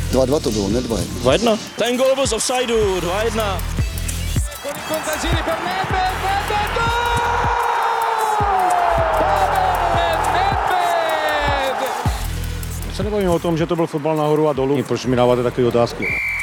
2-2 to bylo, ne 2-1. 2-1. Ten gol byl z offsideu, 2-1. Se nebavím o tom, že to byl fotbal nahoru a dolů. Proč mi dáváte takové otázky?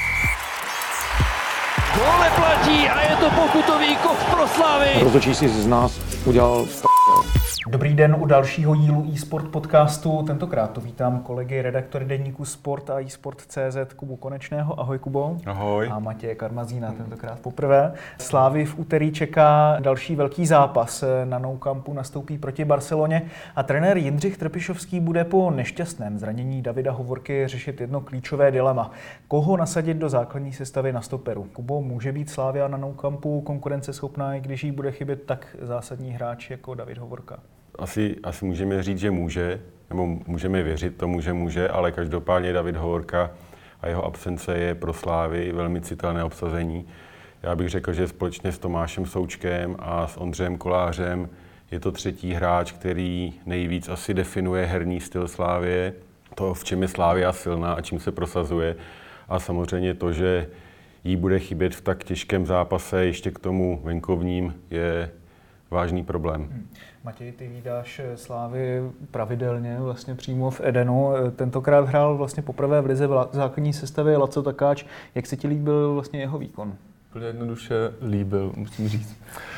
Gol neplatí a je to pokutový kov pro Slavii. Rozhodčí si z nás udělal Dobrý den u dalšího dílu eSport podcastu. Tentokrát to vítám kolegy, redaktory deníku Sport a eSport.cz Kubu Konečného. Ahoj Kubo. Ahoj. A Matěje Karmazína tentokrát poprvé. Slávy v úterý čeká další velký zápas. Na Nou Campu nastoupí proti Barceloně a trenér Jindřich Trpišovský bude po nešťastném zranění Davida Hovorky řešit jedno klíčové dilema. Koho nasadit do základní sestavy na stoperu? Kubo, může být Slavia na Nou Campu konkurenceschopná, i když jí bude chybět tak zásadní hráč jako David Hovorka? Asi můžeme říct, že může, nebo můžeme věřit tomu, že může, ale každopádně David Hovorka a jeho absence je pro Slávy velmi citelné obsazení. Já bych řekl, že společně s Tomášem Součkem a s Ondřejem Kolářem je to třetí hráč, který nejvíc asi definuje herní styl Slávie, to, v čem je Slávia silná a čím se prosazuje. A samozřejmě to, že jí bude chybět v tak těžkém zápase, ještě k tomu venkovním, je vážný problém. Matěj, ty vídáš Slávy pravidelně, vlastně přímo v Edenu. Tentokrát hrál vlastně poprvé v lize v základní sestavě Laco Takáč. Jak se ti líbil vlastně jeho výkon? Úplně jednoduše líbil, musím říct.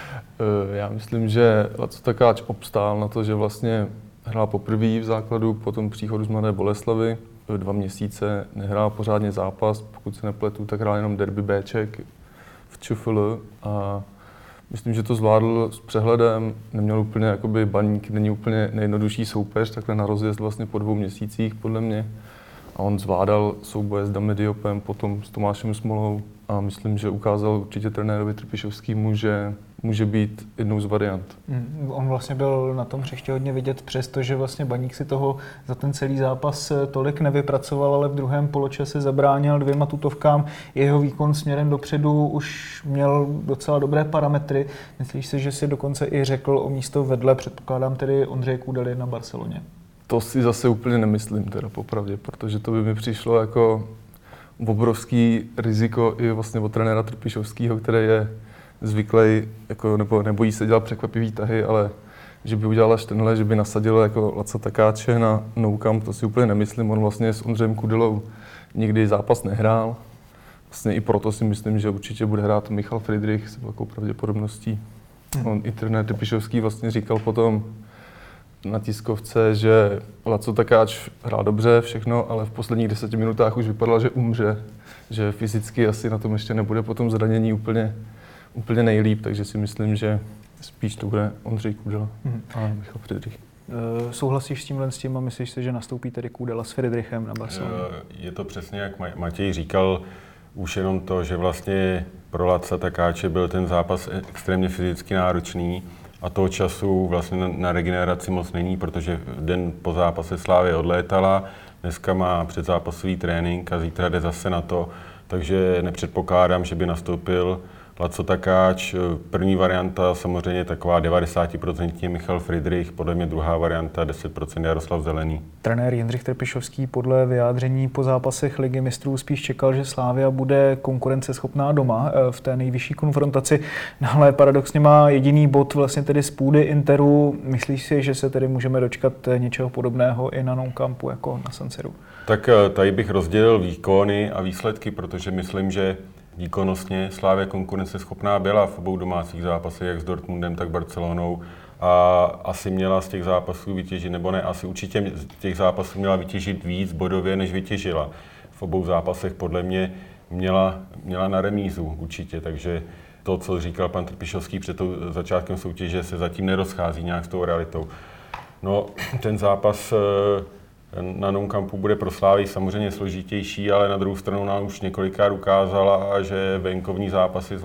Já myslím, že Laco Takáč obstál na to, že vlastně hrál poprvé v základu, po tom příchodu z Mladé Boleslavi. 2 měsíce nehrál pořádně zápas, pokud se nepletu, tak hrál jenom derby Bček v ČFL a myslím, že to zvládl s přehledem, neměl úplně, jakoby Baník není úplně nejjednodušší soupeř, takhle na rozjezd vlastně po 2 měsících podle mě. A on zvládal souboje s Dame Diopem, potom s Tomášem Smolou a myslím, že ukázal určitě trenérovi Trpišovskému, že může být jednou z variant. On vlastně byl na tom hřišti hodně vidět, přestože vlastně Baník si toho za ten celý zápas tolik nevypracoval, ale v druhém poločase zabránil 2 tutovkám. Jeho výkon směrem dopředu už měl docela dobré parametry. Myslíš si, že si dokonce i řekl o místo vedle, předpokládám tedy Ondřeje Kůdely na Barceloně? To si zase úplně nemyslím teda popravdě, protože to by mi přišlo jako obrovský riziko i vlastně od trenéra Trpišovského, který je zvyklý, jako, nebo nebojí se dělat překvapivý tahy, ale že by udělal až tenhle, že by nasadil jako Laca Takáče na Nou Camp, to si úplně nemyslím. On vlastně s Ondřejem Kudylou nikdy zápas nehrál. Vlastně i proto si myslím, že určitě bude hrát Michal Friedrich s velkou pravděpodobností. On i trenér Trpišovský vlastně říkal potom na tiskovce, že Laco Takáč hrál dobře všechno, ale v posledních 10 minutách už vypadalo, že umře, že fyzicky asi na tom ještě nebude po tom zranění úplně nejlíp, takže si myslím, že spíš to bude Ondřej Kůdela a Michal Friedrich. Souhlasíš s tímhle s tím a myslíš si, že nastoupí tedy Kůdela s Friedrichem na Barceloně? Je to přesně, jak Matěj říkal, už jenom to, že vlastně pro Laca Takáče byl ten zápas extrémně fyzicky náročný a toho času vlastně na regeneraci moc není, protože den po zápase Slávie odlétala, dneska má předzápasový trénink a zítra jde zase na to, takže nepředpokládám, že by nastoupil Laco Takáč. První varianta samozřejmě taková 90% Michal Friedrich, podle mě druhá varianta 10% Jaroslav Zelený. Trenér Jindřich Trpišovský podle vyjádření po zápasech Ligy mistrů spíš čekal, že Slavia bude konkurenceschopná doma v té nejvyšší konfrontaci, ale paradoxně má jediný bod vlastně tedy z půdy Interu. Myslíš si, že se tedy můžeme dočkat něčeho podobného i na Nou Campu jako na San Siru? Tak tady bych rozdělil výkony a výsledky, protože myslím, že výkonnostně Slavia konkurenceschopná byla v obou domácích zápasech, jak s Dortmundem, tak Barcelonou. A asi měla z těch zápasů vytěžit, nebo ne, asi určitě z těch zápasů měla vytěžit víc bodově, než vytěžila. V obou zápasech podle mě měla na remízu určitě, takže to, co říkal pan Trpišovský před začátkem soutěže, se zatím nerozchází nějak s tou realitou. No, ten zápas na Nou Campu bude pro Slávy samozřejmě složitější, ale na druhou stranu nám už několikrát ukázala, že venkovní zápasy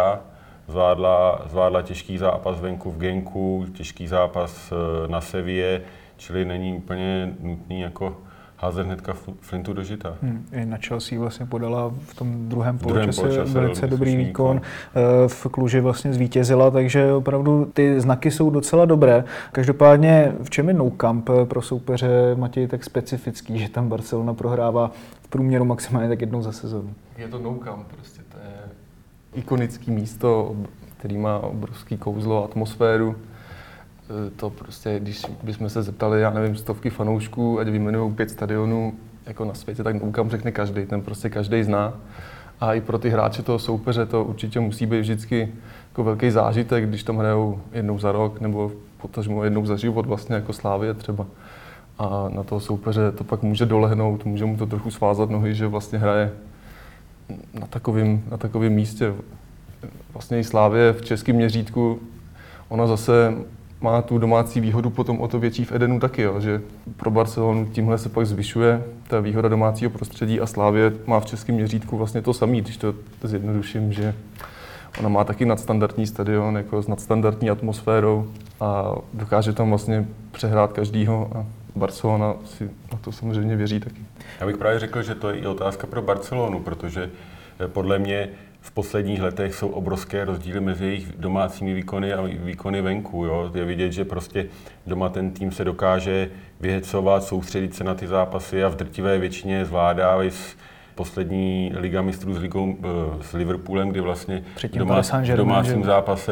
zvládla těžký zápas venku v Genku, těžký zápas na Seville, čili není úplně nutný jako házet hnedka Flintu do žita. I na Chelsea vlastně podala v tom druhém poločase velice dobrý výkon. V Kluži vlastně zvítězila, takže opravdu ty znaky jsou docela dobré. Každopádně v čem je Nou Camp pro soupeře, Matěj, tak specifický, že tam Barcelona prohrává v průměru maximálně tak jednou za sezonu? Je to Nou Camp prostě, to je ikonické místo, který má obrovský kouzlo, atmosféru. To prostě, když bychom se zeptali, já nevím, stovky fanoušků, ať vyjmenujou 5 stadionů jako na světě, tak Nou Camp řekne každý, ten prostě každý zná. A i pro ty hráče toho soupeře to určitě musí být vždycky jako velký zážitek, když tam hrajou jednou za rok nebo potažmo jednou za život, vlastně jako Slavie třeba. A na toho soupeře to pak může dolehnout, může mu to trochu svázat nohy, že vlastně hraje na takovém místě. Vlastně i Slavie v českém měřítku, ona zase má tu domácí výhodu potom o to větší v Edenu taky, jo, že pro Barcelonu tímhle se pak zvyšuje ta výhoda domácího prostředí a Slavie má v českém měřítku vlastně to samé, když to zjednoduším, že ona má taky nadstandardní stadion jako s nadstandardní atmosférou a dokáže tam vlastně přehrát každýho a Barcelona si na to samozřejmě věří taky. Já bych právě řekl, že to je i otázka pro Barcelonu, protože podle mě v posledních letech jsou obrovské rozdíly mezi jejich domácími výkony a výkony venku. Jo? Je vidět, že prostě doma ten tým se dokáže vyhecovat, soustředit se na ty zápasy a v drtivé většině zvládá poslední Liga mistrů s Liverpoolem, kdy vlastně v domácím zápase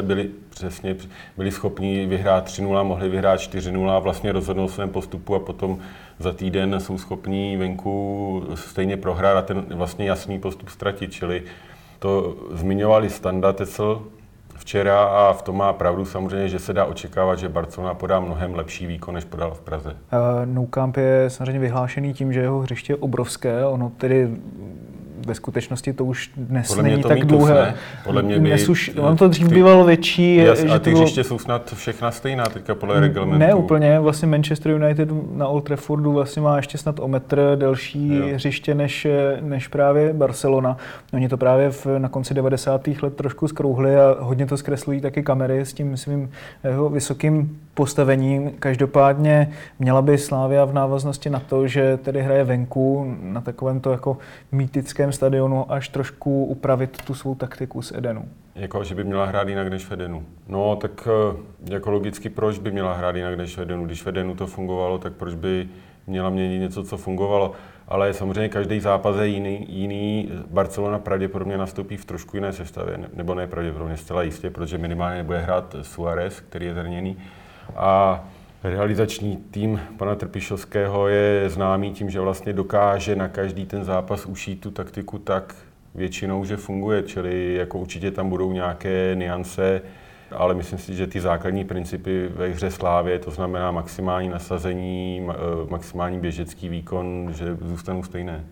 byli schopni vyhrát 3-0, mohli vyhrát 4-0 a vlastně rozhodnout svém postupu a potom za týden jsou schopní venku stejně prohrát a ten vlastně jasný postup ztratit. Čili to zmiňovali Standa Tecl včera a v tom má pravdu samozřejmě, že se dá očekávat, že Barcelona podá mnohem lepší výkon, než podala v Praze. Nou Camp je samozřejmě vyhlášený tím, že jeho hřiště je obrovské, ono tedy ve skutečnosti to už dnes není tak dlouhé. Podle mě on to dřív bývalo větší. A ty hřiště jsou snad všechna stejná teďka podle reglementu. Ne úplně, vlastně Manchester United na Old Traffordu vlastně má ještě snad o metr delší hřiště než právě Barcelona. Oni to právě na konci 90. let trošku zkrouhli a hodně to zkreslují taky kamery s tím svým jeho vysokým postavením. Každopádně měla by Slavia v návaznosti na to, že tedy hraje venku na takovémto jako mýtickém stadionu, až trošku upravit tu svou taktiku z Edenu. Jako, že by měla hrát jinak než v Edenu. No, tak jako logicky proč by měla hrát jinak než v Edenu? Když v Edenu to fungovalo, tak proč by měla měnit něco, co fungovalo? Ale samozřejmě každý zápas je jiný. Barcelona pravděpodobně nastoupí v trošku jiné sestavě, nebo ne pravděpodobně, zcela jistě, protože minimálně nebude hrát Suárez, který je zraněný. A realizační tým pana Trpišovského je známý tím, že vlastně dokáže na každý ten zápas ušít tu taktiku tak většinou, že funguje, čili jako určitě tam budou nějaké nuance, ale myslím si, že ty základní principy ve hře Slávie, to znamená maximální nasazení, maximální běžecký výkon, že zůstanou stejné.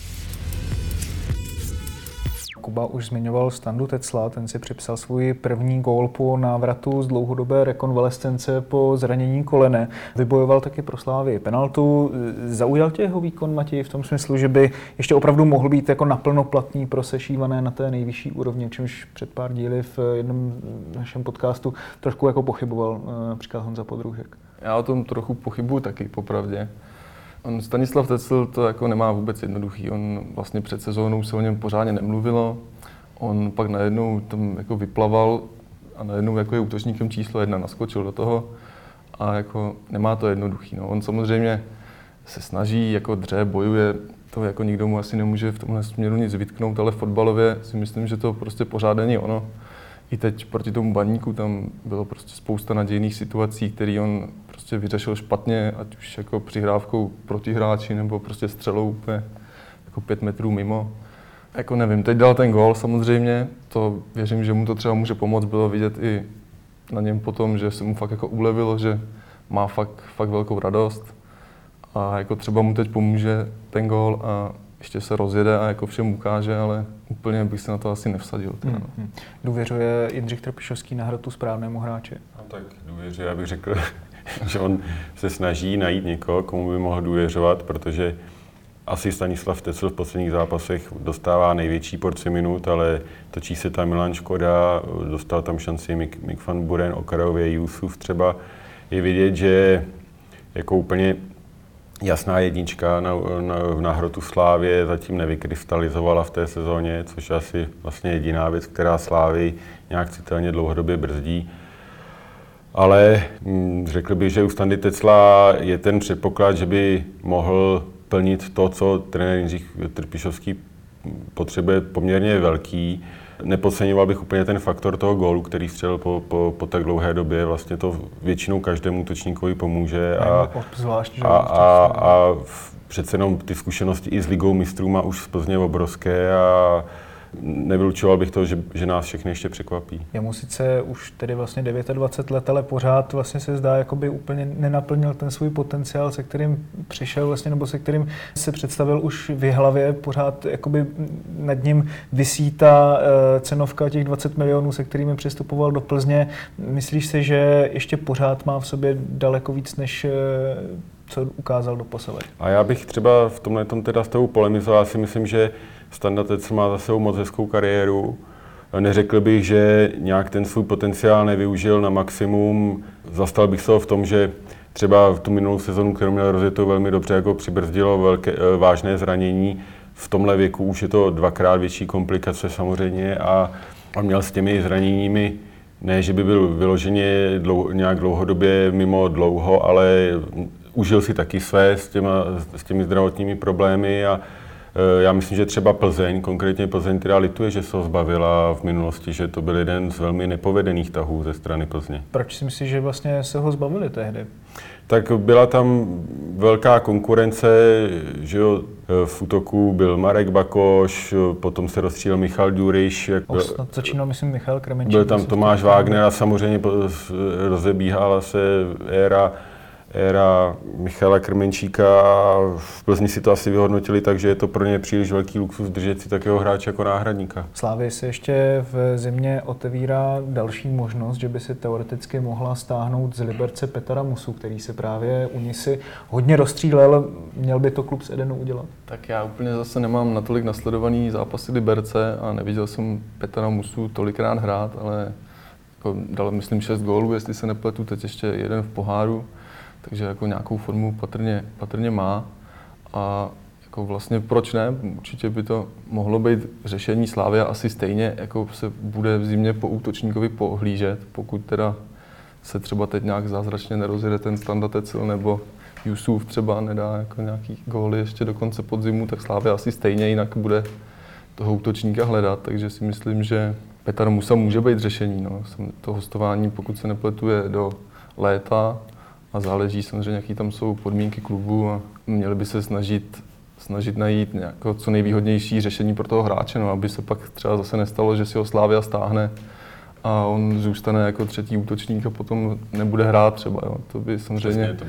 Kuba už zmiňoval Standu Tecla, ten si připsal svůj první gól po návratu z dlouhodobé rekonvalescence po zranění kolene. Vybojoval taky pro Slávii penaltu. Zaujal tě jeho výkon, Matěj, v tom smyslu, že by ještě opravdu mohl být jako naplno platný pro sešívané na té nejvyšší úrovni, čímž před pár díly v jednom našem podcastu trošku jako pochyboval například Honza Podružek. Já o tom trochu pochybuju taky, popravdě. Stanislav Tecl to jako nemá vůbec jednoduchý. On vlastně před sezónou se o něm pořádně nemluvilo. On pak najednou tam jako vyplaval a najednou jako je útočníkem číslo 1, naskočil do toho a jako nemá to jednoduchý. No. On samozřejmě se snaží, jako dře, bojuje, to jako nikdo mu asi nemůže v tomhle směru nic vytknout, ale fotbalově si myslím, že to prostě pořád není ono. I teď proti tomu Baníku tam bylo prostě spousta nadějných situací, které on prostě vyřešil špatně, ať už jako přihrávkou proti hráči nebo prostě střelou úplně jako 5 metrů mimo. Jako nevím, teď dal ten gól samozřejmě, to věřím, že mu to třeba může pomoct, bylo vidět i na něm potom, že se mu fakt jako ulevilo, že má fakt velkou radost a jako třeba mu teď pomůže ten gól a ještě se rozjede a jako všem ukáže, ale úplně bych se na to asi nevsadil. Důvěřuje Jindřich Trpišovský na hratu správnému hráči? No tak důvěřuje, já bych řekl, že on se snaží najít někoho, komu by mohl důvěřovat, protože asi Stanislav Tecl v posledních zápasech dostává největší porci minut, ale točí se tam Milan Škoda, dostal tam šanci Mick van Buren, okrajově Jusuf třeba. Je vidět, že jako úplně jasná jednička na hrotu Slávie zatím nevykrystalizovala v té sezóně, což je asi vlastně jediná věc, která Slávii nějak citelně dlouhodobě brzdí. Ale řekl bych, že u Standy Tecla je ten předpoklad, že by mohl plnit to, co trenér Jindřich Trpišovský potřebuje, poměrně velký. Nepodceňoval bych úplně ten faktor toho gólu, který střelil po tak dlouhé době. Vlastně to většinou každému útočníkovi pomůže. A přece jenom ty zkušenosti i s Ligou mistrů má už z Plzně obrovské a nevylučoval bych to, že nás všechny ještě překvapí. Je mu sice už tedy vlastně 29 let, ale pořád vlastně se zdá, jakoby úplně nenaplnil ten svůj potenciál, se kterým přišel vlastně, nebo se kterým se představil už v hlavě. Pořád jakoby nad ním visí ta cenovka těch 20 milionů, se kterými přestupoval do Plzně. Myslíš si, že ještě pořád má v sobě daleko víc, než co ukázal doposavad? A já bych třeba v tomhletom teda s tebou polemizoval. Já si myslím, že Standa Tecl má za sebou moc hezkou kariéru. Neřekl bych, že nějak ten svůj potenciál nevyužil na maximum. Zastal bych se ho v tom, že třeba v tu minulou sezonu, kterou měl rozjetou velmi dobře, jako přibrzdilo vážné zranění. V tomhle věku už je to dvakrát větší komplikace samozřejmě a měl s těmi zraněními, ne, že by byl vyloženě nějak dlouhodobě mimo dlouho, ale užil si taky své s těmi zdravotními problémy a já myslím, že třeba Plzeň, konkrétně Plzeň, která lituje, že se ho zbavila v minulosti, že to byl jeden z velmi nepovedených tahů ze strany Plzně. Proč si myslíš, že vlastně se ho zbavili tehdy? Tak byla tam velká konkurence, že jo, v útoku byl Marek Bakoš, potom se rozstřílil Michal Ďuriš. Začínal, myslím, Michal Kremenčík. Byl tam Tomáš Wagner a samozřejmě rozebíhala se éra Michala Krmenčíka a v Plzni si to asi vyhodnotili tak, že je to pro ně příliš velký luxus držet si takového hráče jako náhradníka. Slávii se ještě v zimě otevírá další možnost, že by si teoreticky mohla stáhnout z Liberce Petra Musu, který se právě u Nisy hodně rozstřílel. Měl by to klub z Edenu udělat? Tak já úplně zase nemám natolik nasledovaný zápasy Liberce a neviděl jsem Petra Musu tolikrát hrát, ale jako dal myslím 6 gólů, jestli se nepletu, teď ještě jeden v poháru. Takže jako nějakou formu patrně má a jako vlastně proč ne? Určitě by to mohlo být řešení. Slávia asi stejně jako se bude v zimě po útočníkovi pohlížet, pokud teda se třeba teď nějak zázračně nerozjede ten Standa Tecl nebo Jusuf třeba nedá jako nějaký góly ještě do konce podzimu, tak Slávia asi stejně jinak bude toho útočníka hledat, takže si myslím, že Petr Musa může být řešení. No. To hostování, pokud se nepletuje do léta, a záleží samozřejmě, jaký tam jsou podmínky klubu a měli by se snažit najít nějaké co nejvýhodnější řešení pro toho hráče, no, aby se pak třeba zase nestalo, že si ho Slavia stáhne a on zůstane jako třetí útočník a potom nebude hrát třeba. Jo. To by samozřejmě přesně, to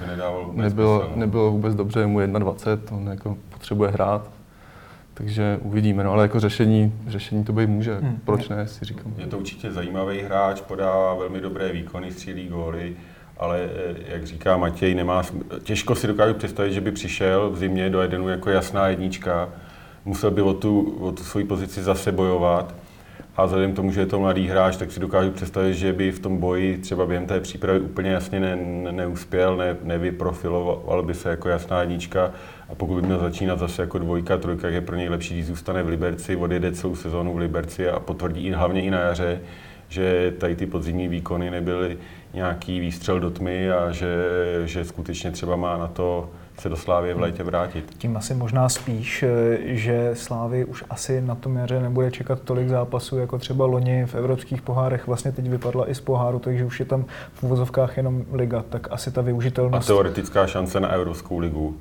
by nebylo vůbec dobře, mu 21, on jako potřebuje hrát. Takže uvidíme, no, ale jako řešení to být může. Proč ne, si říkám. Je to určitě zajímavý hráč, podá velmi dobré výkony, střílí góly. Ale jak říká Matěj, těžko si dokážu představit, že by přišel v zimě do Edenu jako jasná jednička. Musel by o tu svoji pozici zase bojovat. A vzhledem k tomu, že je to mladý hráč, tak si dokážu představit, že by v tom boji třeba během té přípravy úplně jasně neuspěl, nevyprofiloval by se jako jasná jednička. A pokud by měl začínat zase jako dvojka, trojka, je pro něj lepší, když zůstane v Liberci, odjede celou sezónu v Liberci a potvrdí hlavně i na jaře, že tady ty podzimní výkony nebyly nějaký výstřel do tmy a že skutečně třeba má na to se do Slávie v létě vrátit. Tím asi možná spíš, že Slávy už asi na tom jaře nebude čekat tolik zápasů, jako třeba loni v evropských pohárech. Vlastně teď vypadla i z poháru, takže už je tam v uvozovkách jenom liga, tak asi ta využitelnost. A teoretická šance na Evropskou ligu,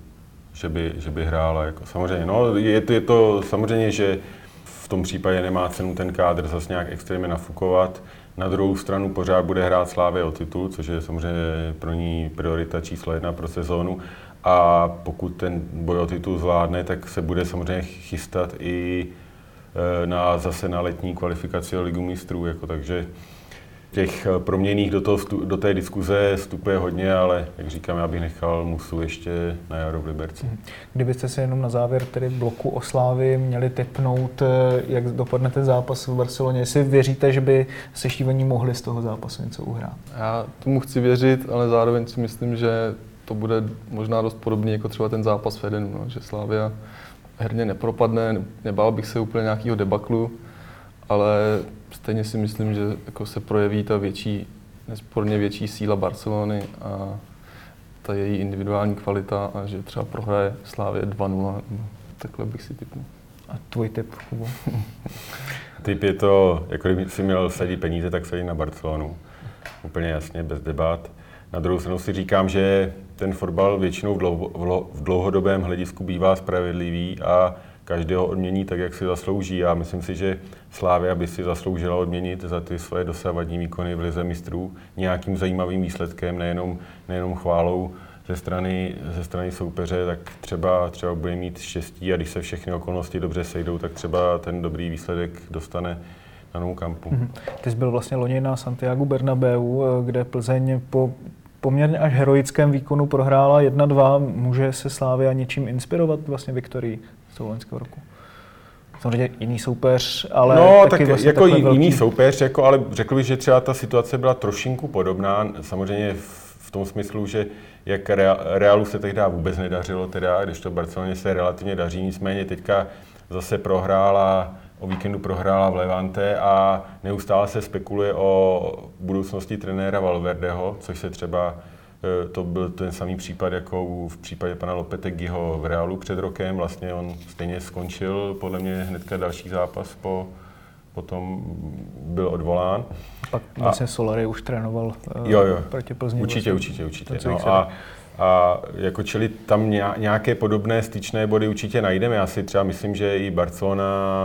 že by hrála. Jako, samozřejmě, no, je to samozřejmě, že v tom případě nemá cenu ten kádr zase nějak extrémně nafukovat. Na druhou stranu pořád bude hrát Slavia o titul, což je samozřejmě pro ní priorita číslo 1 pro sezónu. A pokud ten boj o titul zvládne, tak se bude samozřejmě chystat i zase na letní kvalifikaci o Ligu mistrů. Jako, takže těch proměnných do té diskuze vstupuje hodně, ale jak říkám, já bych nechal Musu ještě na jaro v Liberci. Kdybyste se jenom na závěr tedy bloku o Slávii měli tipnout, jak dopadne ten zápas v Barceloně, jestli věříte, že by seštívaní mohli z toho zápasu něco uhrát? Já tomu chci věřit, ale zároveň si myslím, že to bude možná dost podobný jako třeba ten zápas v Edenu, no, že Slavia herně nepropadne, nebál bych se úplně nějakého debaklu, ale stejně si myslím, že jako se projeví ta nesporně větší síla Barcelony a ta její individuální kvalita a že třeba prohraje Slavie 2-0, takhle bych si tipnul. A tvůj tip, Kubo? Tip je to, jako kdyby si měl sadit peníze, tak sadit na Barcelonu. Úplně jasně, bez debat. Na druhou stranu si říkám, že ten fotbal většinou v dlouhodobém hledisku bývá spravedlivý a každého odmění tak, jak si zaslouží. A myslím si, že Slavia by si zasloužila odměnit za ty svoje dosavadní výkony v Lize mistrů nějakým zajímavým výsledkem, nejenom chválou ze strany soupeře, tak třeba bude mít štěstí a když se všechny okolnosti dobře sejdou, tak třeba ten dobrý výsledek dostane na Nou Campu. Ty jsi byl vlastně loni na Santiagu Bernabéu, kde Plzeň po poměrně až heroickém výkonu prohrála 1-2. Může se Slavia něčím inspirovat vlastně viktorií z toho loňského roku? Samozřejmě jiný soupeř, ale no, taky tak vlastně jako jiný velký soupeř, jako, ale řekl bych, že třeba ta situace byla trošinku podobná, samozřejmě v tom smyslu, že jak Realu se tehdy vůbec nedařilo, když to Barceloně se relativně daří, nicméně teďka zase o víkendu prohrála v Levante a neustále se spekuluje o budoucnosti trenéra Valverdeho, což se třeba, to byl ten samý případ jako v případě pana Lopeteguiho v Realu před rokem, vlastně on stejně skončil, podle mě hnedka další zápas potom byl odvolán. Pak vlastně Solari už trénoval proti Plzni. Určitě. No a jako čili tam nějaké podobné styčné body určitě najdeme. Já si třeba myslím, že i Barcelona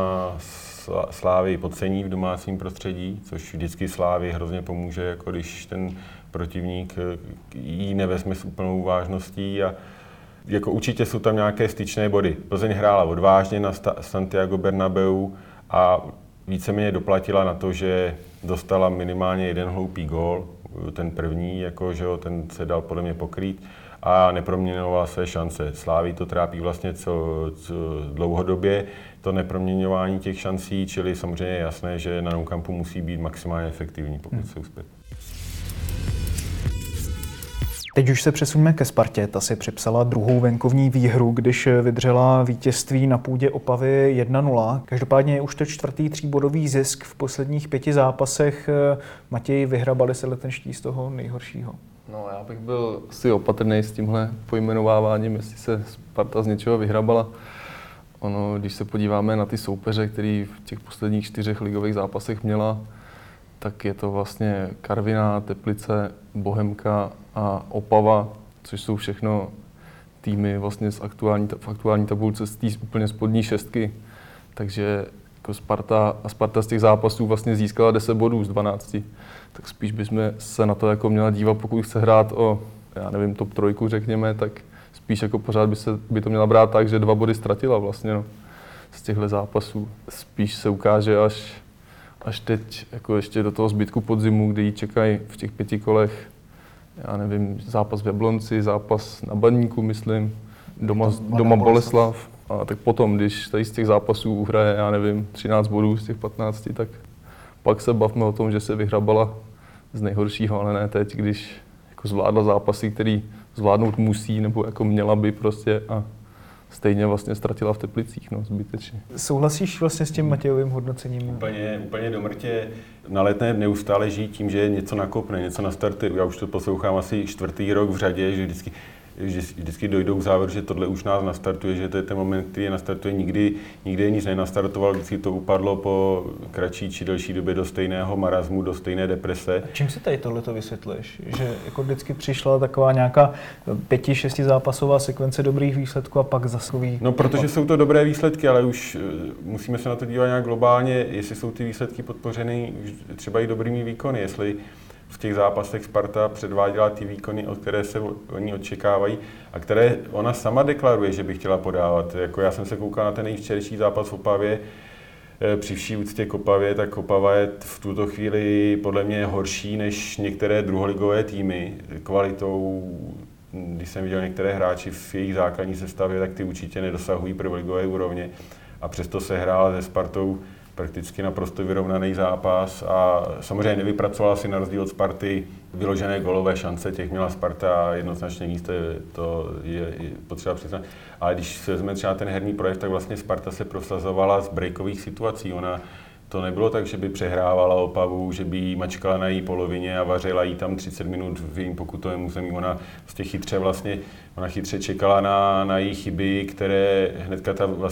Slávii podcení v domácím prostředí, což vždycky Slávii hrozně pomůže, jako když ten protivník ji nevezme s úplnou vážností. A jako určitě jsou tam nějaké styčné body. Plzeň hrála odvážně na Santiago Bernabéu a víceméně doplatila na to, že dostala minimálně jeden hloupý gól, ten první, jako, že jo, ten se dal podle mě pokrýt a neproměňovala své šance. Slávii to trápí vlastně co dlouhodobě, to neproměňování těch šancí, čili samozřejmě je jasné, že na Nou Campu musí být maximálně efektivní, pokud se uspět. Teď už se přesuneme ke Spartě. Ta si připsala druhou venkovní výhru, když vydřela vítězství na půdě Opavy 1-0. Každopádně je už to čtvrtý tříbodový zisk v posledních 5 zápasech. Matěj, vyhrabali se letenští z toho nejhoršího? No, já bych byl si opatrný s tímhle pojmenováváním, jestli se Sparta z něčeho vyhrabala. Ono, když se podíváme na ty soupeře, který v těch posledních 4 ligových zápasech měla, tak je to vlastně Karviná, Teplice, Bohemka a Opava, což jsou všechno týmy vlastně v aktuální tabulce z té úplně spodní šestky. Takže jako Sparta z těch zápasů vlastně získala 10 bodů z 12. Tak spíš bychom se na to jako měla dívat, pokud chce hrát o, já nevím, top 3, řekněme, tak spíš jako pořád by to měla brát tak, že 2 body ztratila vlastně z těchto zápasů. Spíš se ukáže až teď, jako ještě do toho zbytku podzimu, kdy ji čekají v těch 5 kolech, já nevím, zápas v Jablonci, zápas na Baníku, myslím, doma Boleslav. A tak potom, když tady z těch zápasů uhraje, já nevím, 13 bodů z těch 15, tak pak se bavme o tom, že se vyhrabala z nejhoršího, ale ne teď, když jako zvládla zápasy, který zvládnout musí, nebo jako měla by prostě a stejně vlastně ztratila v Teplicích, no, zbytečně. Souhlasíš vlastně s tím Matějovým hodnocením? Úplně do mrtě. Na Letné neustále žijí tím, že něco nakopne, něco nastartuje. Já už to poslouchám asi 4. rok v řadě, že vždycky dojdou k závěru, že tohle už nás nastartuje, že to je ten moment, který je nastartuje. Nikdy nic nenastartoval, vždycky to upadlo po kratší či delší době do stejného marazmu, do stejné deprese. A čím si tady tohleto vysvětlíš? Že jako vždycky přišla taková nějaká 5-6 zápasová sekvence dobrých výsledků a pak zasový. No, protože jsou to dobré výsledky, ale už musíme se na to dívat nějak globálně, jestli jsou ty výsledky podpořeny třeba i dobrými výkony, jestli v těch zápasech Sparta předváděla ty výkony, od které se oni očekávají a které ona sama deklaruje, že by chtěla podávat. Jako já jsem se koukal na ten nejvčerejší zápas v Opavě, při vší úctě k Opavě, tak Opava je v tuto chvíli podle mě horší než některé druholigové týmy kvalitou. Když jsem viděl některé hráči v jejich základní sestavě, tak ty určitě nedosahují prvoligové úrovně a přesto se hrála se Spartou prakticky naprosto vyrovnaný zápas a samozřejmě nevypracovala si na rozdíl od Sparty vyložené golové šance, těch měla Sparta jednoznačně víc, to je potřeba přiznat. Ale když se vezme třeba ten herní projev, tak vlastně Sparta se prosazovala z breakových situací. Ona to nebylo tak, že by přehrávala Opavu, že by jí mačkala na její polovině a vařila jí tam 30 minut v jejím pokutovém území. Ona chytře čekala na její chyby, které hnedka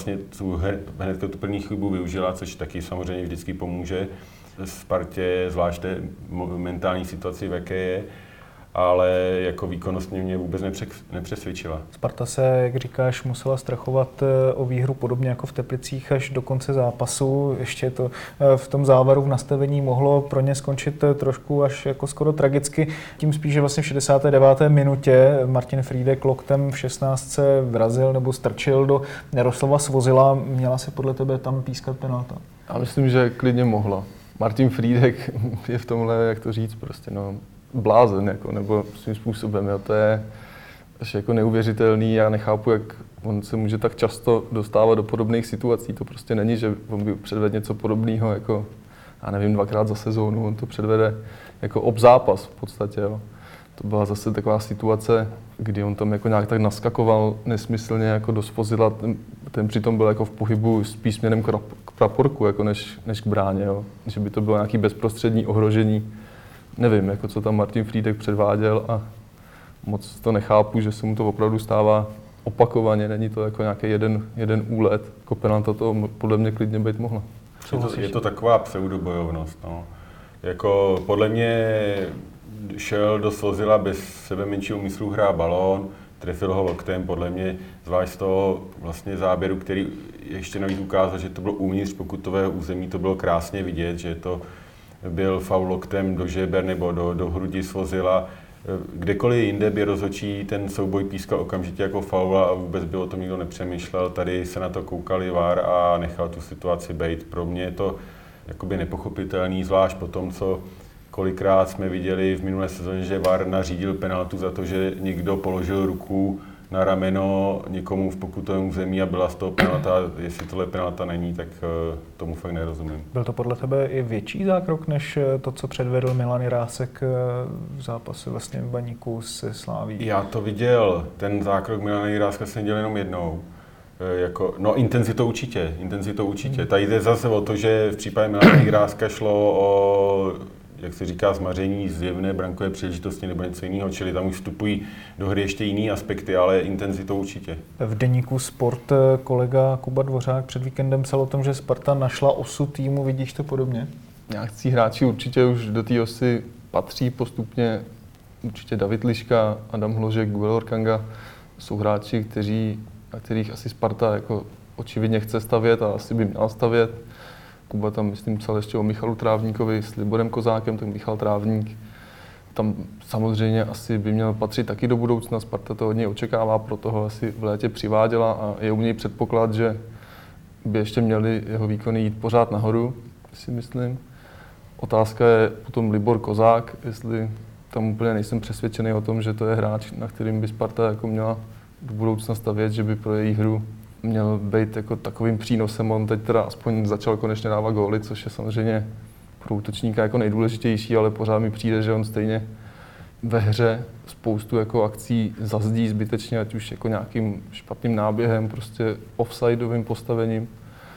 tu první chybu využila, což taky samozřejmě vždycky pomůže Spartě, zvlášť té mentální situaci, v jaké je. Ale jako výkonnostně mě vůbec nepřesvědčila. Sparta se, jak říkáš, musela strachovat o výhru podobně jako v Teplicích až do konce zápasu. Ještě to v tom závaru v nastavení mohlo pro ně skončit trošku až jako skoro tragicky. Tím spíš, že vlastně v 69. minutě Martin Frýdek loktem v 16. vrazil nebo strčil do Jaroslava Svozila. Měla se podle tebe tam pískat penalta? Já myslím, že klidně mohla. Martin Frýdek je v tomhle, jak to říct, prostě blázen, jako, nebo svým způsobem, jo, to je až jako neuvěřitelný. Já nechápu, jak on se může tak často dostávat do podobných situací. To prostě není, že on by předvedl něco podobného, jako, já nevím, 2krát za sezónu, on to předvede jako obzápas v podstatě, jo. To byla zase taková situace, kdy on tam jako nějak tak naskakoval nesmyslně jako do Svozila, ten přitom byl jako v pohybu spíš směrem k praporku, jako než k bráně, jo. Že by to bylo nějaké bezprostřední ohrožení. Nevím, jako co tam Martin Frýdek předváděl a moc to nechápu, že se mu to opravdu stává opakovaně, není to jako nějaký jeden úlet, jako penalta to podle mě klidně být mohla. Je to taková pseudobojovnost, no. Jako podle mě šel do Svozila bez sebe menšího úmyslu hrát balón, trefil ho loktem, podle mě, zvlášť z toho vlastně záběru, který ještě navíc ukázal, že to bylo uvnitř pokutového území, to bylo krásně vidět, že to byl faul loktem do žeber nebo do hrudi Svozila. Kdekoliv jinde by rozhodčí ten souboj pískal okamžitě jako faul a vůbec by o tom nikdo nepřemýšlel. Tady se na to koukali VAR a nechal tu situaci bejt. Pro mě je to jakoby nepochopitelný, zvlášť po tom, co kolikrát jsme viděli v minulé sezóně, že VAR nařídil penaltu za to, že někdo položil ruku na rameno někomu v pokutovém území a byla z toho penalta. Jestli tohle penalta není, tak tomu fakt nerozumím. Byl to podle tebe i větší zákrok, než to, co předvedl Milan Jirásek v zápase vlastně v Baníku se Slaví? Já to viděl. Ten zákrok Milana Jiráska jsem viděl jenom jednou. Intenzitou určitě. Tady jde zase o to, že v případě Milana Jiráska šlo o, jak se říká, zmaření zjevné brankové příležitosti nebo něco jiného, čili tam už vstupují do hry ještě jiný aspekty, ale intenzitou určitě. V deníku Sport kolega Kuba Dvořák před víkendem psal o tom, že Sparta našla osu týmu, vidíš to podobně? Nějakcí hráči určitě už do té osy patří postupně, určitě David Liška, Adam Hložek, Guelor Kanga, jsou hráči, na kterých asi Sparta jako očividně chce stavět a asi by měla stavět. Kuba tam, myslím, psal ještě o Michalu Trávníkovi s Liborem Kozákem, tak Michal Trávník. Tam samozřejmě asi by měl patřit taky do budoucna, Sparta to od něj očekává, proto ho asi v létě přiváděla a je u něj předpoklad, že by ještě měli jeho výkony jít pořád nahoru, si myslím. Otázka je potom Libor Kozák, jestli tam úplně nejsem přesvědčený o tom, že to je hráč, na kterým by Sparta jako měla do budoucna stavět, že by pro její hru měl být jako takovým přínosem. On teď teda aspoň začal konečně dávat góly, což je samozřejmě pro útočníka jako nejdůležitější, ale pořád mi přijde, že on stejně ve hře spoustu jako akcí zazdí zbytečně, ať už jako nějakým špatným náběhem, prostě offsideovým postavením.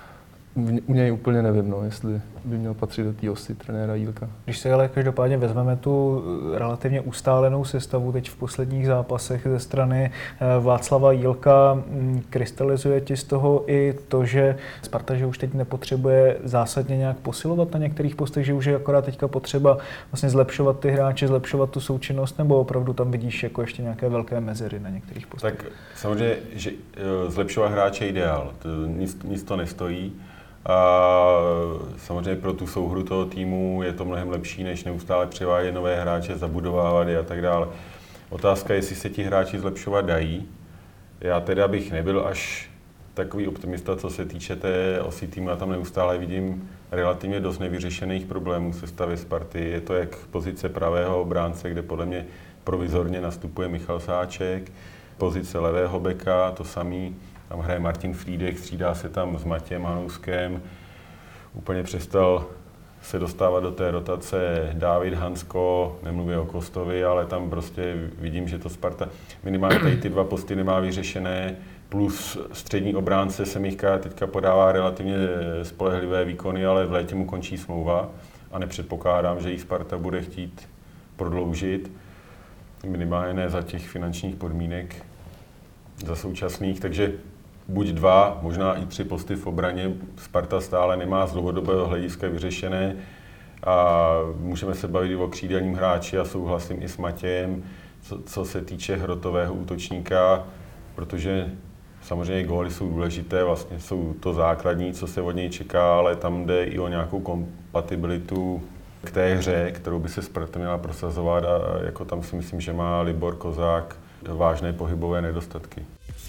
U něj úplně nevím, jestli by měl patřit do té osy trenéra Jílka. Když se ale každopádně vezmeme tu relativně ustálenou sestavu teď v posledních zápasech ze strany Václava Jílka, krystalizuje ti z toho i to, že Sparta, že už teď nepotřebuje zásadně nějak posilovat na některých postech, že už je akorát teďka potřeba vlastně zlepšovat ty hráče, zlepšovat tu součinnost, nebo opravdu tam vidíš jako ještě nějaké velké mezery na některých postech? Tak samozřejmě, že zlepšovat hráče je ideál, nic to nestojí. A samozřejmě pro tu souhru toho týmu je to mnohem lepší, než neustále přivádět nové hráče, zabudovávat je a tak dále. Otázka je, jestli se ti hráči zlepšovat dají. Já teda bych nebyl až takový optimista, co se týče té osy týmu. Já tam neustále vidím relativně dost nevyřešených problémů se stavy Sparty. Je to jak pozice pravého obránce, kde podle mě provizorně nastupuje Michal Sáček, pozice levého beka, to samý. Tam hraje Martin Frýdek, střídá se tam s Matějem Hanouskem. úplně přestal se dostávat do té rotace Dávid, Hansko, nemluvím o Kostovi, ale tam prostě vidím, že to Sparta minimálně tady ty 2 posty nemá vyřešené, plus střední obránce Semíchka teďka podává relativně spolehlivé výkony, ale v létě mu končí smlouva a nepředpokládám, že ji Sparta bude chtít prodloužit, minimálně ne za těch finančních podmínek, za současných, takže buď 2, možná i 3 posty v obraně Sparta stále nemá z dlouhodobého hlediska vyřešené a můžeme se bavit o křídelním hráči a souhlasím i s Matějem, co se týče hrotového útočníka, protože samozřejmě góly jsou důležité, vlastně jsou to základní, co se od něj čeká, ale tam jde i o nějakou kompatibilitu k té hře, kterou by se Sparta měla prosazovat a jako tam si myslím, že má Libor Kozák vážné pohybové nedostatky.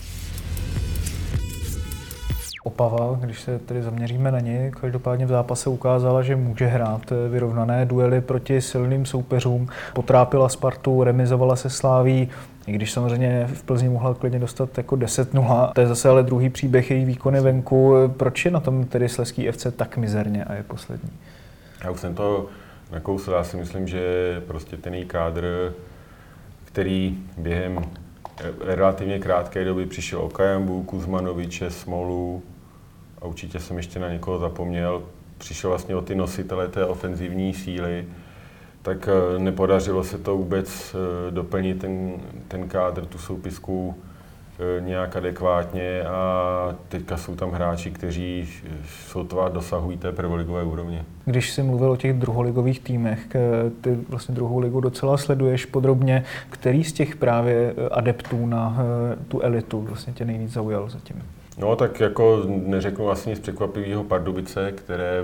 Opava, když se tedy zaměříme na něj, každopádně v zápase ukázala, že může hrát vyrovnané duely proti silným soupeřům. Potrápila Spartu, remizovala se Slaví, i když samozřejmě v Plzni mohla klidně dostat jako 10-0. To je zase ale druhý příběh její výkony venku. Proč je na tom tedy Slezský FC tak mizerně a je poslední? Já už jsem to nakousl, já si myslím, že prostě ten její kádr, který během relativně krátké doby přišel o Kajambu, Kuzmanoviče, Smolu a určitě jsem ještě na někoho zapomněl, přišel vlastně o ty nositele té ofenzivní síly, tak nepodařilo se to vůbec doplnit ten kádr, tu soupisku nějak adekvátně a teďka jsou tam hráči, kteří sotva dosahují té prvoligové úrovně. Když jsi mluvil o těch druholigových týmech, ty vlastně druhou ligu docela sleduješ podrobně, který z těch právě adeptů na tu elitu vlastně tě nejvíc zaujal zatím? No tak jako neřeknu vlastně nic překvapivého, Pardubice, které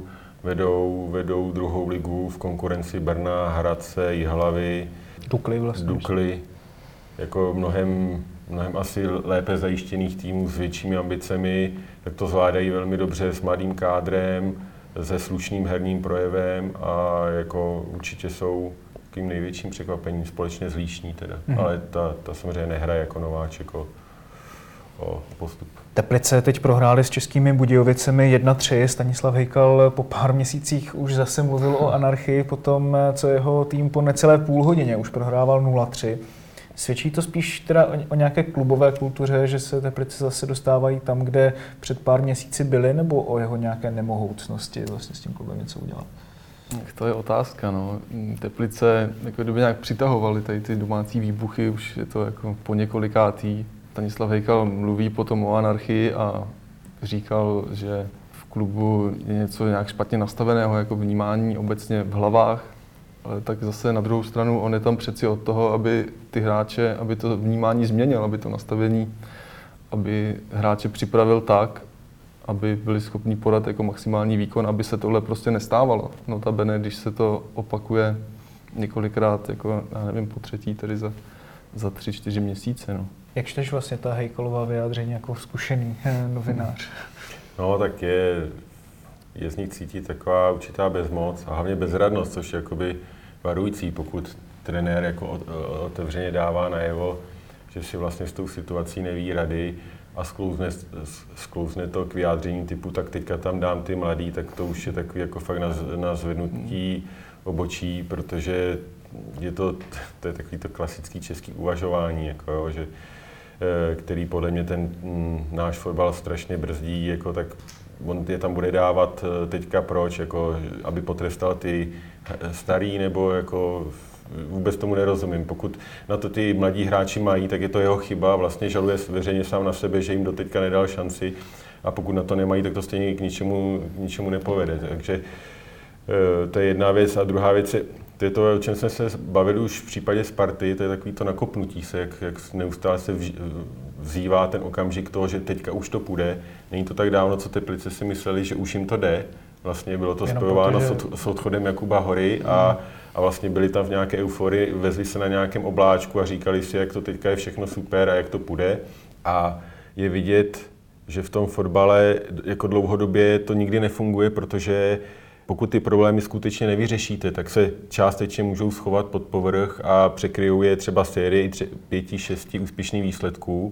vedou druhou ligu v konkurenci Brna, Hradce, Jihlavy, Dukly, jako mnohem asi lépe zajištěných týmů s většími ambicemi, tak to zvládají velmi dobře s mladým kádrem, se slušným herním projevem a jako určitě jsou takým největším překvapením společně s Líšní teda. Ale ta samozřejmě nehraje jako nováček o postup. Teplice teď prohráli s Českými Budějovicemi 1-3. Stanislav Hejkal po pár měsících už zase mluvil o anarchii, potom co jeho tým po necelé půl hodině už prohrával 0-3. Svědčí to spíš teda o nějaké klubové kultuře, že se Teplice zase dostávají tam, kde před pár měsíci byli, nebo o jeho nějaké nemohoucnosti vlastně s tím klubem něco udělat? To je otázka, no. Teplice jako kdyby nějak přitahovaly tady ty domácí výbuchy, už je to jako po několikátý. Stanislav Hejkal mluví potom o anarchii a říkal, že v klubu je něco nějak špatně nastaveného, jako vnímání obecně v hlavách. Ale tak zase na druhou stranu on je tam přeci od toho, aby ty hráče, aby to vnímání změnil, aby to nastavení, aby hráče připravil tak, aby byli schopni podat jako maximální výkon, aby se tohle prostě nestávalo. Notabene, když se to opakuje několikrát, jako já nevím, po třetí, tedy za 3-4 měsíce. No. Jak čteš vlastně ta Hejkalová vyjádření jako zkušený novinář? No tak je z nich cítit taková určitá bezmoc a hlavně bezradnost, což je jakoby varující, pokud trenér jako otevřeně dává najevo, že si vlastně s tou situací neví rady a sklouzne to k vyjádření typu, tak teďka tam dám ty mladý, tak to už je takový jako fakt na zvednutí obočí, protože to je takový to klasický český uvažování, jako jo, že, který podle mě ten náš fotbal strašně brzdí, jako tak on je tam bude dávat teďka proč, jako, aby potrestal ty starý, nebo jako vůbec tomu nerozumím. Pokud na to ty mladí hráči mají, tak je to jeho chyba, vlastně žaluje veřejně sám na sebe, že jim doteďka nedal šanci a pokud na to nemají, tak to stejně k ničemu nepovede. Takže to je jedna věc a druhá věc je, to je to, o čem jsme se bavili už v případě Sparty, to je takový to nakopnutí se, jak neustále se vzývá ten okamžik toho, že teďka už to půjde. Není to tak dávno, co Teplice si mysleli, že už jim to jde. Vlastně bylo to spojováno s odchodem Jakuba Hory a vlastně byli tam v nějaké euforii, vezli se na nějakém obláčku a říkali si, jak to teďka je všechno super a jak to půjde. A je vidět, že v tom fotbale jako dlouhodobě to nikdy nefunguje, protože pokud ty problémy skutečně nevyřešíte, tak se částečně můžou schovat pod povrch a překryjou je třeba série 5-6 úspěšných výsledků,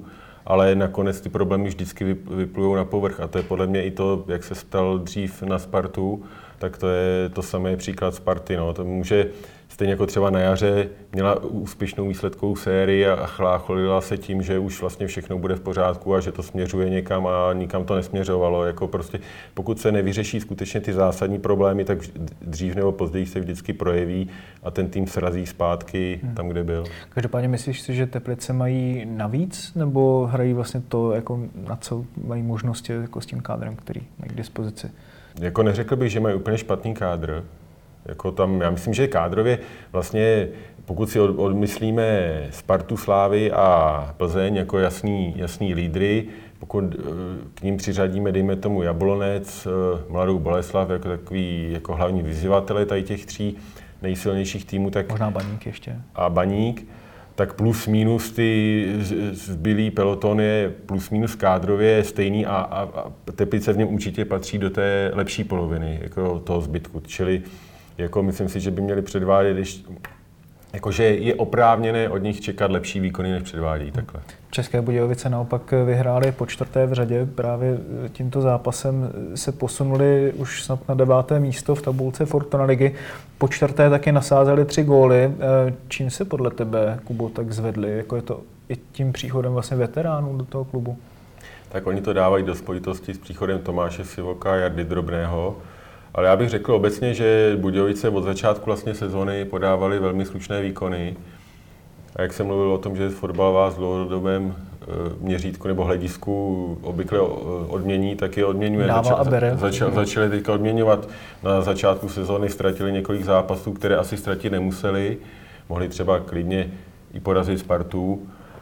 ale nakonec ty problémy vždycky vyplujou na povrch a to je podle mě i to, jak se ptal dřív na Spartu, tak to je to samé příklad Sparty. No. To může stejně jako třeba na jaře měla úspěšnou výsledkovou sérii a chlácholila se tím, že už vlastně všechno bude v pořádku a že to směřuje někam a nikam to nesměřovalo. Jako prostě, pokud se nevyřeší skutečně ty zásadní problémy, tak dřív nebo později se vždycky projeví a ten tým srazí zpátky tam, kde byl. Každopádně myslíš si, že Teplice mají navíc, nebo hrají vlastně to, jako na co mají možnosti jako s tím kádrem, který mají k dispozici? Jako neřekl bych, že mají úplně špatný kádr. Jako tam, já myslím, že kádrově vlastně, pokud si odmyslíme Spartu, Slávy a Plzeň jako jasný lídry, pokud k ním přiřadíme, dejme tomu Jablonec, Mladou Boleslav jako takový jako hlavní vyzývatele tady těch tří nejsilnějších týmů, tak možná Baník ještě. A Baník, tak plus minus ty zbylý peloton je plus minus kádrově stejný a Teplice v něm určitě patří do té lepší poloviny jako toho zbytku. Čili jako myslím si, že by měli předvádět, jakože je oprávněné od nich čekat lepší výkony, než předvádějí takhle. České Budějovice naopak vyhrály po 4. v řadě. Právě tímto zápasem se posunuli už snad na 9. místo v tabulce Fortuna ligy. Po 4. taky nasázeli 3 góly. Čím se podle tebe, Kubo, tak zvedli? Jako je to i tím příchodem vlastně veteránů do toho klubu? Tak oni to dávají do spojitosti s příchodem Tomáše Sivoka a Jardy Drobného. Ale já bych řekl obecně, že Budějovice od začátku vlastně sezony podávaly velmi slušné výkony. A jak jsem mluvil o tom, že fotbal vás v dlouhodobém měřítku nebo hledisku obvykle odmění, tak je odměňuje. Začali teďka odměňovat. Na začátku sezony ztratili několik zápasů, které asi ztratit nemuseli. Mohli třeba klidně i porazit Spartu.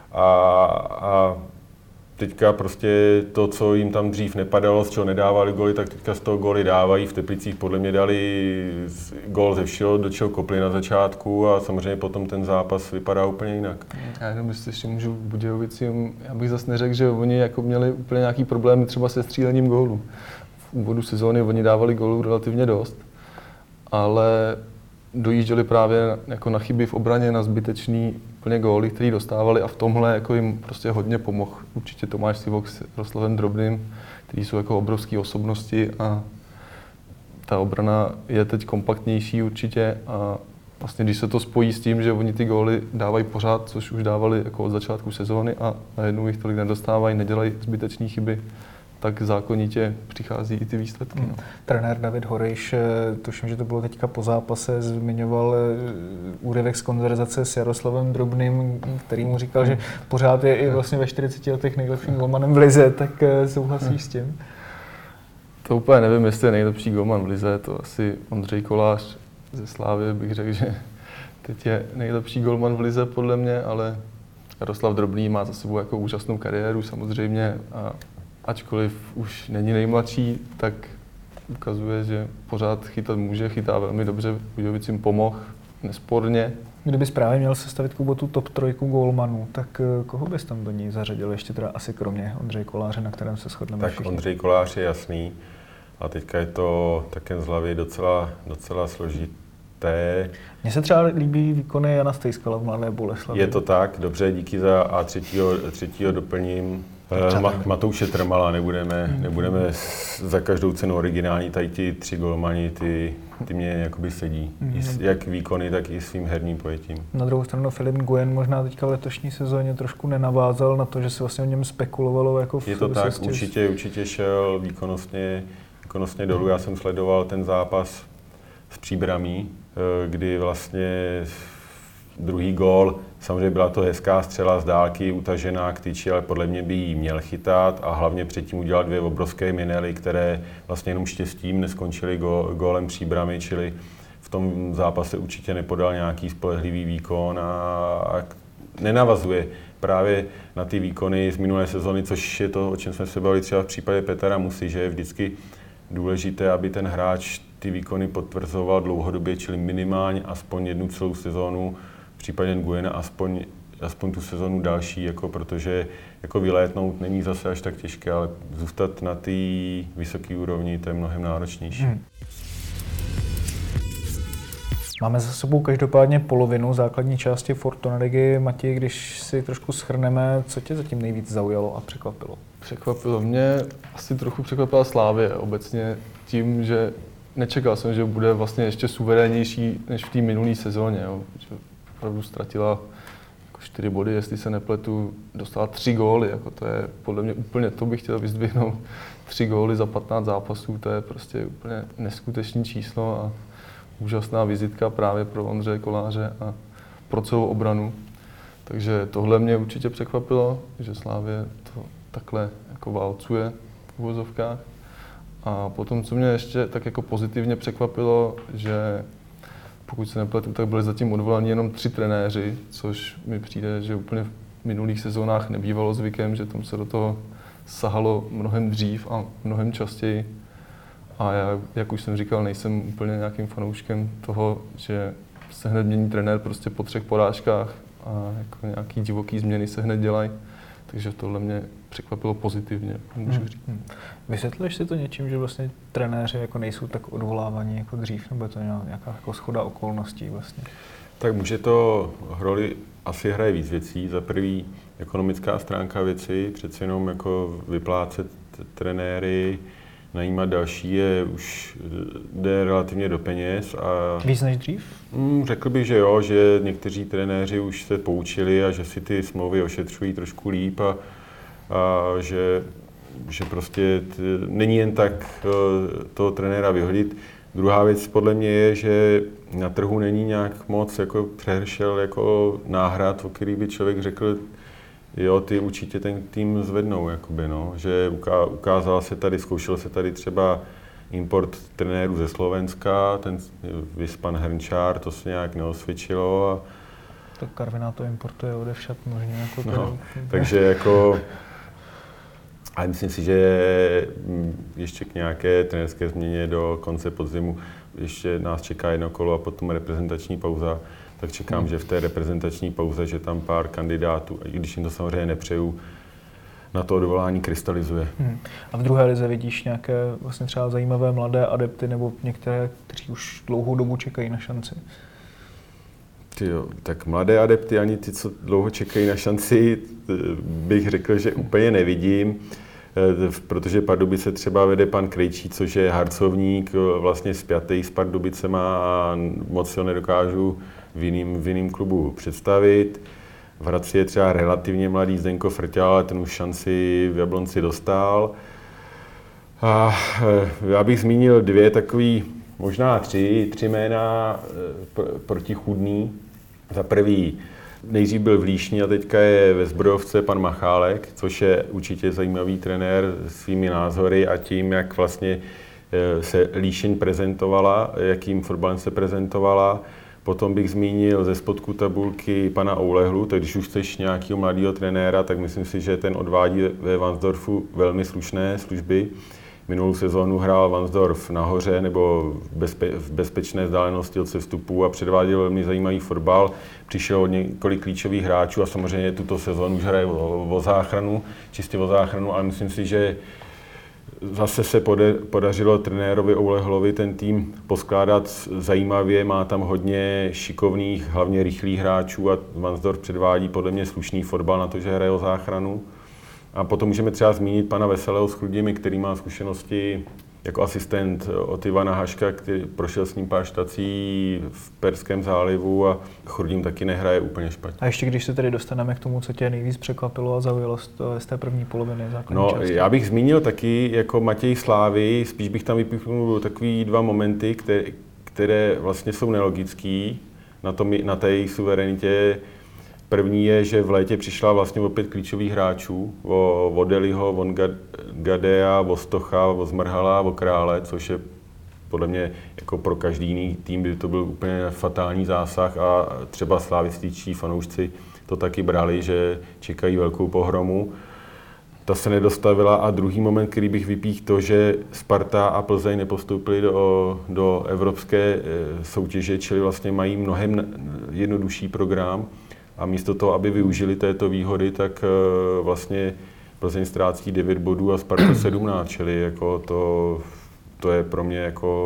A teďka prostě to, co jim tam dřív nepadalo, z čeho nedávali góly, tak teďka z toho góly dávají. V Teplicích podle mě dali gól ze všeho, do čeho kopli na začátku a samozřejmě potom ten zápas vypadá úplně jinak. Já jenom jestli ještě můžu v Budějovicím, já bych zase neřekl, že oni jako měli úplně nějaký problémy třeba se střílením gólů. V úvodu sezóny oni dávali gólů relativně dost, ale dojížděli právě jako na chyby v obraně, na zbytečný úplně góly, který dostávali a v tomhle jako jim prostě hodně pomohl. Určitě Tomáš Sivok s Jaroslavem Drobným, kteří jsou jako obrovské osobnosti a ta obrana je teď kompaktnější určitě a vlastně když se to spojí s tím, že oni ty góly dávají pořád, což už dávali jako od začátku sezóny a najednou jich tolik nedostávají, nedělají zbytečné chyby, tak zákonitě přichází i ty výsledky. No. Trenér David Horejš, tuším, že to bylo teďka po zápase, zmiňoval úryvek z konverzace s Jaroslavem Drobným, který mu říkal, že pořád je i vlastně ve 40 letech nejlepším golmanem v lize, tak souhlasíš s tím? To úplně nevím, jestli je nejlepší golman v lize, to asi Ondřej Kolář ze Slávy bych řekl, že teď je nejlepší golman v lize podle mě, ale Jaroslav Drobný má za sebou jako úžasnou kariéru samozřejmě a ačkoliv už není nejmladší, tak ukazuje, že pořád chytat může, chytá velmi dobře, Budějovicím pomohl, nesporně. Kdybys právě měl sestavit, Kubo, tu top 3 gólmanů, tak koho bys tam do ní zařadil ještě teda asi kromě Ondřeje Koláře, na kterém se shodneme tak všichni? Ondřej Kolář je jasný a teďka je to také z hlavy docela složité. Mně se třeba líbí výkony Jana Stejskala v Mladé Boleslavi. Je to tak, dobře, díky za třetího doplním. Matouše Trmala, nebudeme za každou cenu originální, tady ty 3 golmani, ty mě jakoby sedí. Jak výkony, tak i svým herním pojetím. Na druhou stranu Filip Nguyen možná teďka v letošní sezóně trošku nenavázal na to, že se vlastně o něm spekulovalo jako v Je to tak, určitě šel výkonnostně dolů. Já jsem sledoval ten zápas s Příbramí, kdy vlastně druhý gól, samozřejmě byla to hezká střela z dálky, utažená k tyči, ale podle mě by ji měl chytat a hlavně předtím udělal 2 obrovské minely, které vlastně jenom štěstím neskončily gólem Příbramy, čili v tom zápase určitě nepodal nějaký spolehlivý výkon a nenavazuje právě na ty výkony z minulé sezony, což je to, o čem jsme se bavili třeba v případě Petra Musy, že je vždycky důležité, aby ten hráč ty výkony potvrzoval dlouhodobě, čili minimálně aspoň jednu celou sezónu, v případě Nguyena aspoň tu sezonu další, jako, protože jako vylétnout není zase až tak těžké, ale zůstat na té vysoké úrovni, to je mnohem náročnější. Máme za sebou každopádně polovinu základní části Fortuna ligy. Matěj, když si trošku shrneme, co tě zatím nejvíc zaujalo a překvapilo? Překvapilo mě, asi trochu překvapila Slavie obecně tím, že nečekal jsem, že bude vlastně ještě suverénnější než v té minulé sezóně. Jo. Že opravdu ztratila jako 4 body, jestli se nepletu, dostala 3 góly. Jako to je podle mě úplně, to bych chtěl vyzdvihnout. 3 góly za 15 zápasů, to je prostě úplně neskutečné číslo a úžasná vizitka právě pro Ondřeje Koláře a pro celou obranu. Takže tohle mě určitě překvapilo, že Slavie to takhle jako válcuje v uvozovkách. A potom, co mě ještě tak jako pozitivně překvapilo, že pokud se nepletu, tak byli zatím odvolaní jenom 3 trenéři, což mi přijde, že úplně v minulých sezónách nebývalo zvykem, že tam se do toho sahalo mnohem dřív a mnohem častěji. A já, jak už jsem říkal, nejsem úplně nějakým fanouškem toho, že se hned mění trenér prostě po 3 porážkách a jako nějaký divoký změny se hned dělají. Takže tohle mě překvapilo pozitivně, můžu říct. Vysvětlíš si to něčím, že vlastně trenéři jako nejsou tak odvolávaní jako dřív, nebo je to nějaká jako shoda okolností vlastně? Tak může to roli asi hraje víc věcí. Za prvý ekonomická stránka věci, přece jenom jako vyplácet trenéry, najímat další je už jde relativně do peněz. A víc než dřív? Řekl bych, že jo, že někteří trenéři už se poučili a že si ty smlouvy ošetřují trošku líp a že prostě není jen tak toho trenéra vyhodit. Druhá věc podle mě je, že na trhu není nějak moc jako přehršel jako náhrad, o který by člověk řekl, jo, ty určitě ten tým zvednou, jakoby, no. Že ukázal se tady, zkoušel se tady třeba import trenérů ze Slovenska, ten pan Hrnčár, to se nějak neosvědčilo. A tak Karviná to importuje odevšad možná jako no, takže jako a myslím si, že ještě k nějaké trenérské změně do konce podzimu ještě nás čeká jedno kolo a potom reprezentační pauza. Tak čekám, že v té reprezentační pauze, že tam pár kandidátů, i když jim to samozřejmě nepřeju, na to odvolání krystalizuje. A v druhé lize vidíš nějaké vlastně třeba zajímavé mladé adepty nebo některé, kteří už dlouhou dobu čekají na šanci? Tyjo, tak mladé adepty, ani ty, co dlouho čekají na šanci, bych řekl, že úplně nevidím, protože Pardubice třeba vede pan Krejčí, což je harcovník, vlastně spjatý s Pardubicema a moc si ho nedokážu v jiném klubu představit. V Hradci je třeba relativně mladý Zdenko Frťál, ale ten už šanci v Jablonci dostal. A já bych zmínil 2 takový, možná 3 jména protichůdný. Za prvý, nejdřív byl v Líšni a teďka je ve Zbrojovce pan Machálek, což je určitě zajímavý trenér svými názory a tím, jak vlastně se Líšeň prezentovala, jakým fotbalem se prezentovala. Potom bych zmínil ze spodku tabulky pana Oulehlu, tak když už chceš nějakého mladého trenéra, tak myslím si, že ten odvádí ve Varnsdorfu velmi slušné služby. Minulou sezónu hrál Varnsdorf nahoře nebo v bezpečné vzdálenosti od sestupu a předváděl velmi zajímavý fotbal. Přišel od několik klíčových hráčů a samozřejmě tuto sezónu už hraje o záchranu, čistě o záchranu, ale myslím si, že zase se podařilo trenérovi Oulehlovi ten tým poskládat zajímavě, má tam hodně šikovných, hlavně rychlých hráčů a Varnsdorf předvádí podle mě slušný fotbal na to, že hraje o záchranu. A potom můžeme třeba zmínit pana Veselého s Chrudimi, který má zkušenosti jako asistent od Ivana Haška, který prošel s ním pár štací v Perském zálivu a Chrudim taky nehraje úplně špatně. A ještě když se tedy dostaneme k tomu, co tě nejvíc překvapilo a zaujalo z té první poloviny základní části. Já bych zmínil taky jako Matěj Slávy, spíš bych tam vypíchnul takový 2 momenty, které vlastně jsou nelogický na té jejich suverenitě. První je, že v létě přišla vlastně o 5 klíčových hráčů, o Deliho, o Gadea, o Stocha, o Zmrhala, o Krále, což je podle mě jako pro každý jiný tým by to byl úplně fatální zásah a třeba slavističtí fanoušci to taky brali, že čekají velkou pohromu. Ta se nedostavila a druhý moment, který bych vypíchl, to, že Sparta a Plzeň nepostoupili do evropské soutěže, čili vlastně mají mnohem jednodušší program. A místo toho, aby využili této výhody, tak vlastně Plzeň ztrácí 9 bodů a Sparta 17, čili jako to je pro mě jako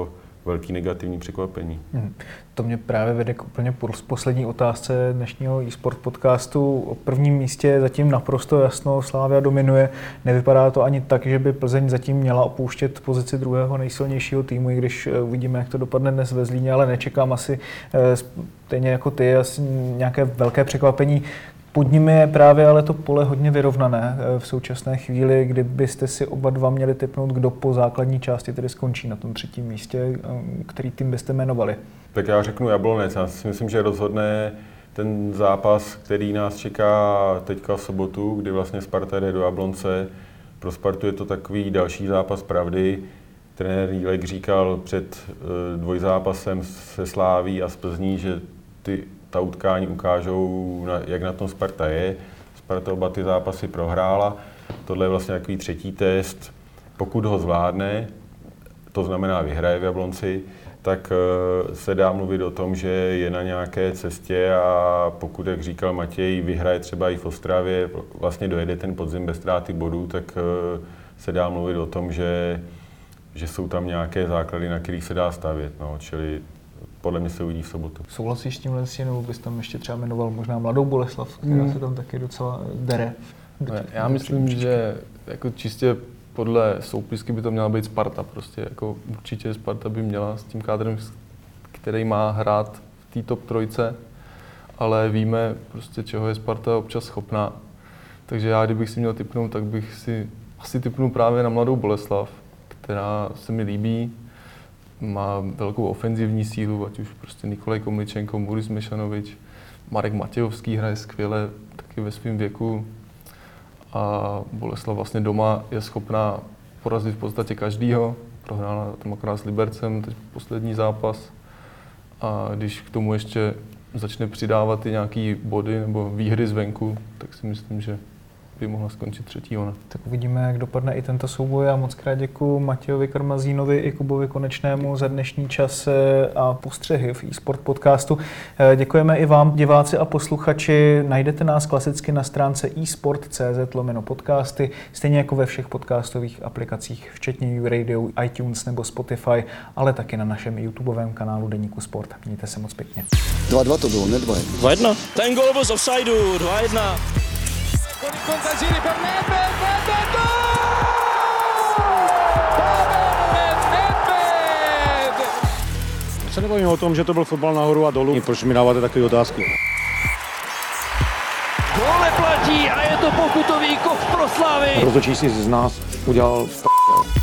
velký negativní překvapení. To mě právě vede k úplně poslední otázce dnešního eSport podcastu. O prvním místě zatím naprosto jasno, Slavia dominuje. Nevypadá to ani tak, že by Plzeň zatím měla opouštět pozici druhého nejsilnějšího týmu, i když uvidíme, jak to dopadne dnes ve Zlíně, ale nečekám asi stejně jako ty asi nějaké velké překvapení. Pod nimi je právě ale to pole hodně vyrovnané v současné chvíli, kdybyste si oba dva měli tipnout, kdo po základní části tedy skončí na tom třetím místě, který tým byste jmenovali. Tak já řeknu Jablonec. Já si myslím, že rozhodne ten zápas, který nás čeká teďka v sobotu, kdy vlastně Sparta jde do Jablonce. Pro Spartu je to takový další zápas pravdy. Trenér Jílek říkal před dvojzápasem se Sláví a s Plzní, že ta utkání ukážou, jak na tom Sparta je. Sparta oba ty zápasy prohrála. Tohle je vlastně takový třetí test. Pokud ho zvládne, to znamená vyhraje v Jablonci, tak se dá mluvit o tom, že je na nějaké cestě a pokud, jak říkal Matěj, vyhraje třeba i v Ostravě, vlastně dojede ten podzim bez ztráty bodů, tak se dá mluvit o tom, že jsou tam nějaké základy, na kterých se dá stavět. No, čili podle mě se uvidí v sobotu. Souhlasíš s tímhle, nebo bys tam ještě třeba jmenoval možná Mladou Boleslav, která se tam taky docela dere? Já myslím, že jako čistě podle soupisky by to měla být Sparta prostě. Jako určitě Sparta by měla s tím kádrem, který má hrát v té top trojce, ale víme prostě, čeho je Sparta občas schopná. Takže já, kdybych si měl tipnout, tak bych si asi tipnul právě na Mladou Boleslav, která se mi líbí. Má velkou ofenzivní sílu, ať už prostě Nikolaj Komličenko, Boris Mešanovič, Marek Matějovský hraje skvěle, taky ve svém věku. A Boleslav vlastně doma je schopná porazit v podstatě každýho. Prohrála tam akorát s Libercem, teď poslední zápas. A když k tomu ještě začne přidávat i nějaký body nebo výhry zvenku, tak si myslím, že by mohla skončit třetí ona. Tak uvidíme, jak dopadne i tento souboj. A moc krát děkuji Matějovi Karmazínovi i Kubovi Konečnému za dnešní čas a postřehy v eSport podcastu. Děkujeme i vám, diváci a posluchači. Najdete nás klasicky na stránce esport.cz/podcasty, stejně jako ve všech podcastových aplikacích, včetně YouRadio, iTunes nebo Spotify, ale taky na našem YouTubeovém kanálu Deníku Sport. Mějte se moc pěkně. 2-2 to bylo, ne 2-1. 2-1. Ten gol byl z offsideu, 2-1. Con il Contagieri per Nedved, Nedved, Já se nebavím o tom, že to byl fotbal nahoru a dolů. Proč mi dáváte takové otázky? Gól neplatí a je to pokutový kov pro Slavii. Rozhodčí si z nás udělal